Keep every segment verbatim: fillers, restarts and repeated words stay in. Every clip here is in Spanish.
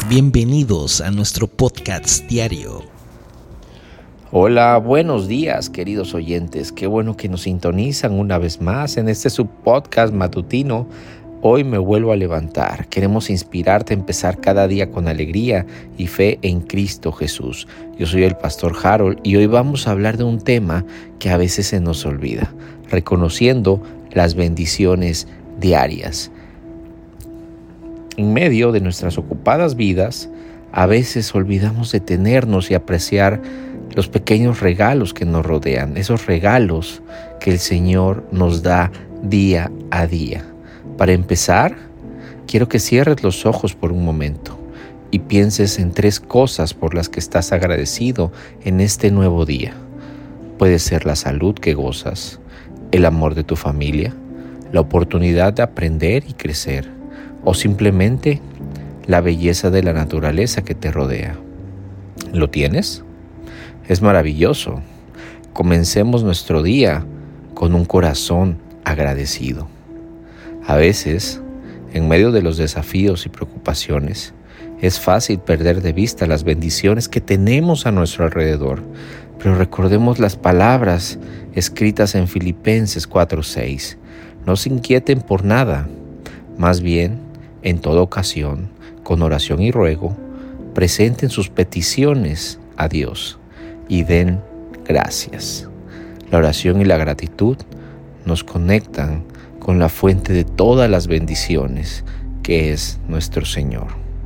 Bienvenidos a nuestro podcast diario. Hola, buenos días queridos oyentes, qué bueno que nos sintonizan una vez más en este subpodcast matutino. Hoy me vuelvo a levantar. Queremos inspirarte a empezar cada día con alegría y fe en Cristo Jesús. Yo soy el pastor Harold y hoy vamos a hablar de un tema que a veces se nos olvida, reconociendo las bendiciones diarias. En medio de nuestras ocupadas vidas, a veces olvidamos detenernos y apreciar los pequeños regalos que nos rodean, esos regalos que el Señor nos da día a día. Para empezar, quiero que cierres los ojos por un momento y pienses en tres cosas por las que estás agradecido en este nuevo día. Puede ser la salud que gozas, el amor de tu familia, la oportunidad de aprender y crecer, o simplemente la belleza de la naturaleza que te rodea. ¿Lo tienes? Es maravilloso. Comencemos nuestro día con un corazón agradecido. A veces, en medio de los desafíos y preocupaciones, es fácil perder de vista las bendiciones que tenemos a nuestro alrededor, pero recordemos las palabras escritas en Filipenses cuatro seis. No se inquieten por nada, más bien, en toda ocasión, con oración y ruego, presenten sus peticiones a Dios y den gracias. La oración y la gratitud nos conectan con la fuente de todas las bendiciones, que es nuestro Señor.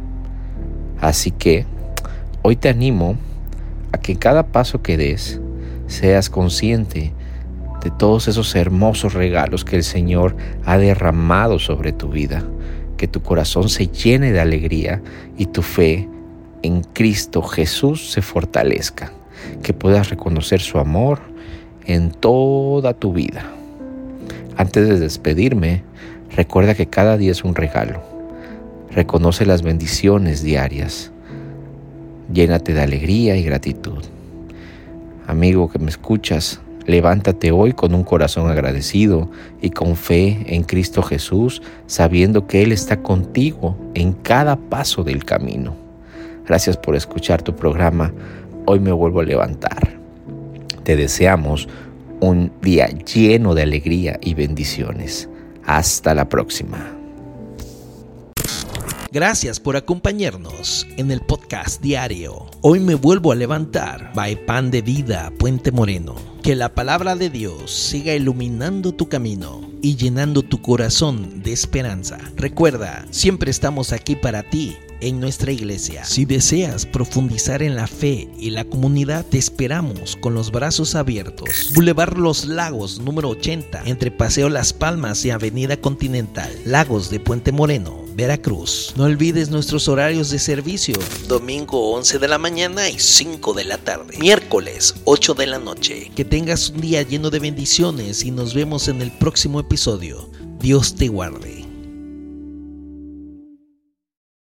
Así que hoy te animo a que cada paso que des seas consciente de todos esos hermosos regalos que el Señor ha derramado sobre tu vida, que tu corazón se llene de alegría y tu fe en Cristo Jesús se fortalezca, que puedas reconocer su amor en toda tu vida. Antes de despedirme, recuerda que cada día es un regalo. Reconoce las bendiciones diarias. Llénate de alegría y gratitud. Amigo que me escuchas, levántate hoy con un corazón agradecido y con fe en Cristo Jesús, sabiendo que Él está contigo en cada paso del camino. Gracias por escuchar tu programa. Hoy me vuelvo a levantar. Te deseamos un día lleno de alegría y bendiciones. Hasta la próxima. Gracias por acompañarnos en el podcast diario. Hoy me vuelvo a levantar. By Pan de Vida, Puente Moreno. Que la palabra de Dios siga iluminando tu camino y llenando tu corazón de esperanza. Recuerda, siempre estamos aquí para ti en nuestra iglesia. Si deseas profundizar en la fe y la comunidad, te esperamos con los brazos abiertos. Boulevard Los Lagos, número ochenta, entre Paseo Las Palmas y Avenida Continental, Lagos de Puente Moreno, Veracruz. No olvides nuestros horarios de servicio: domingo once de la mañana y cinco de la tarde, miércoles ocho de la noche. Que tengas un día lleno de bendiciones y nos vemos en el próximo episodio. Dios te guarde.